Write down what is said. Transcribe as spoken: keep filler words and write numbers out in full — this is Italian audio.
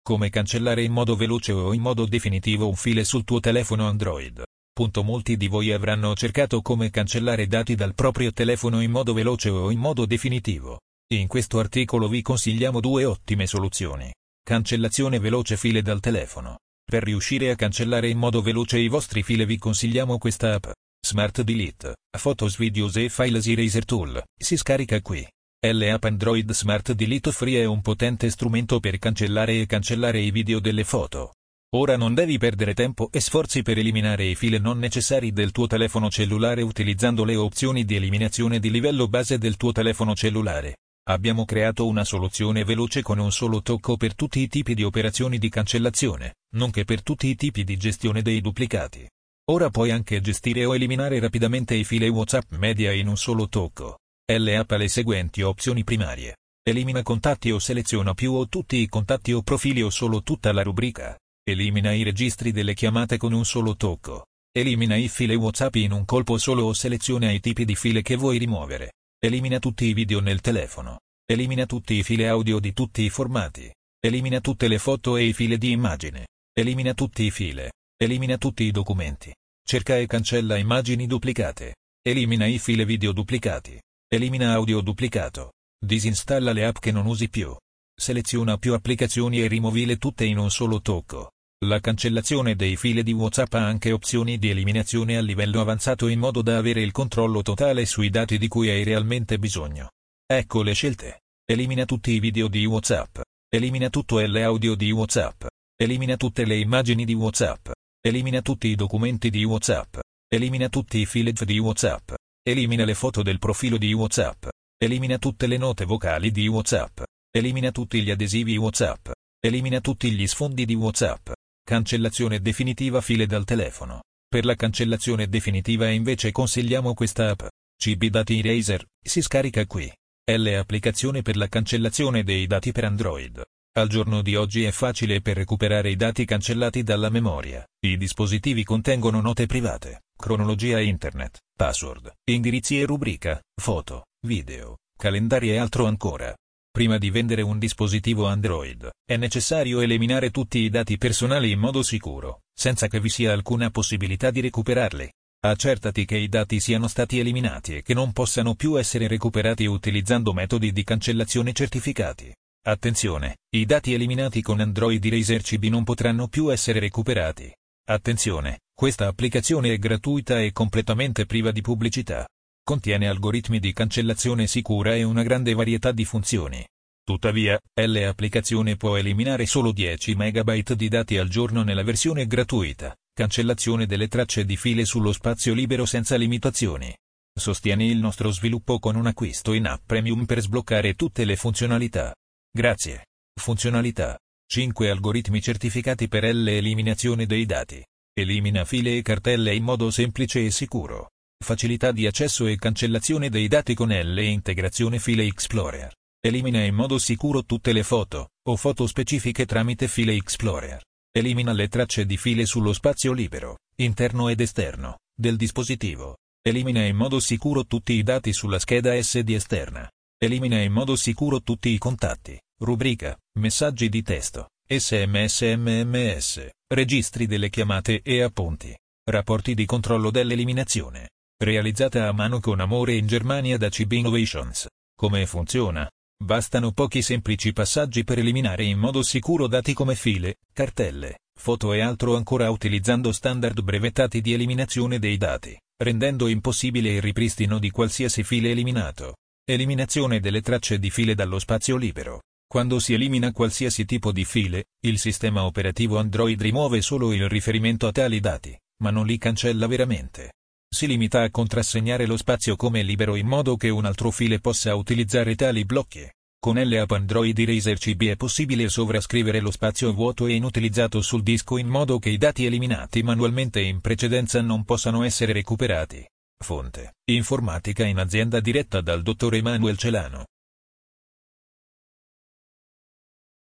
Come cancellare in modo veloce o in modo definitivo un file sul tuo telefono Android. Punto molti di voi avranno cercato come cancellare dati dal proprio telefono in modo veloce o in modo definitivo. In questo articolo vi consigliamo due ottime soluzioni. Cancellazione veloce file dal telefono. Per riuscire a cancellare in modo veloce i vostri file vi consigliamo questa app. Smart Delete, Photos, Videos e Files Eraser Tool. Si scarica qui. L'app Android Smart Delete Free è un potente strumento per cancellare e cancellare i video delle foto. Ora non devi perdere tempo e sforzi per eliminare i file non necessari del tuo telefono cellulare utilizzando le opzioni di eliminazione di livello base del tuo telefono cellulare. Abbiamo creato una soluzione veloce con un solo tocco per tutti i tipi di operazioni di cancellazione, nonché per tutti i tipi di gestione dei duplicati. Ora puoi anche gestire o eliminare rapidamente i file WhatsApp Media in un solo tocco. L'app ha le seguenti opzioni primarie. Elimina contatti o seleziona più o tutti i contatti o profili o solo tutta la rubrica. Elimina i registri delle chiamate con un solo tocco. Elimina i file WhatsApp in un colpo solo o seleziona i tipi di file che vuoi rimuovere. Elimina tutti i video nel telefono. Elimina tutti i file audio di tutti i formati. Elimina tutte le foto e i file di immagine. Elimina tutti i file. Elimina tutti i documenti. Cerca e cancella immagini duplicate. Elimina i file video duplicati. Elimina audio duplicato. Disinstalla le app che non usi più. Seleziona più applicazioni e rimovile tutte in un solo tocco. La cancellazione dei file di WhatsApp ha anche opzioni di eliminazione a livello avanzato in modo da avere il controllo totale sui dati di cui hai realmente bisogno. Ecco le scelte. Elimina tutti i video di WhatsApp. Elimina tutto l'audio di WhatsApp. Elimina tutte le immagini di WhatsApp. Elimina tutti i documenti di WhatsApp. Elimina tutti i file di WhatsApp. Elimina le foto del profilo di WhatsApp. Elimina tutte le note vocali di WhatsApp. Elimina tutti gli adesivi WhatsApp. Elimina tutti gli sfondi di WhatsApp. Cancellazione definitiva file dal telefono. Per la cancellazione definitiva invece consigliamo questa app. C B Dati Eraser. Si scarica qui. È l'applicazione per la cancellazione dei dati per Android. Al giorno di oggi è facile per recuperare i dati cancellati dalla memoria. I dispositivi contengono note private, cronologia internet, password, indirizzi e rubrica, foto, video, calendari e altro ancora. Prima di vendere un dispositivo Android, è necessario eliminare tutti i dati personali in modo sicuro, senza che vi sia alcuna possibilità di recuperarli. Accertati che i dati siano stati eliminati e che non possano più essere recuperati utilizzando metodi di cancellazione certificati. Attenzione, i dati eliminati con Android Eraser C B non potranno più essere recuperati. Attenzione, questa applicazione è gratuita e completamente priva di pubblicità. Contiene algoritmi di cancellazione sicura e una grande varietà di funzioni. Tuttavia, l'applicazione può eliminare solo dieci megabyte di dati al giorno nella versione gratuita. Cancellazione delle tracce di file sullo spazio libero senza limitazioni. Sostieni il nostro sviluppo con un acquisto in app premium per sbloccare tutte le funzionalità. Grazie. Funzionalità. cinque algoritmi certificati per l'eliminazione dei dati. Elimina file e cartelle in modo semplice e sicuro. Facilità di accesso e cancellazione dei dati con l'integrazione File Explorer. Elimina in modo sicuro tutte le foto, o foto specifiche tramite File Explorer. Elimina le tracce di file sullo spazio libero, interno ed esterno, del dispositivo. Elimina in modo sicuro tutti i dati sulla scheda S D esterna. Elimina in modo sicuro tutti i contatti, rubrica, messaggi di testo, sms e M M S, registri delle chiamate e appunti. Rapporti di controllo dell'eliminazione. Realizzata a mano con amore in Germania da C B Innovations. Come funziona? Bastano pochi semplici passaggi per eliminare in modo sicuro dati come file, cartelle, foto e altro ancora utilizzando standard brevettati di eliminazione dei dati, rendendo impossibile il ripristino di qualsiasi file eliminato. Eliminazione delle tracce di file dallo spazio libero. Quando si elimina qualsiasi tipo di file, il sistema operativo Android rimuove solo il riferimento a tali dati, ma non li cancella veramente. Si limita a contrassegnare lo spazio come libero in modo che un altro file possa utilizzare tali blocchi. Con l'app Android Eraser C B è possibile sovrascrivere lo spazio vuoto e inutilizzato sul disco in modo che i dati eliminati manualmente in precedenza non possano essere recuperati. Fonte: Informatica in azienda diretta dal dottor Emanuel Celano.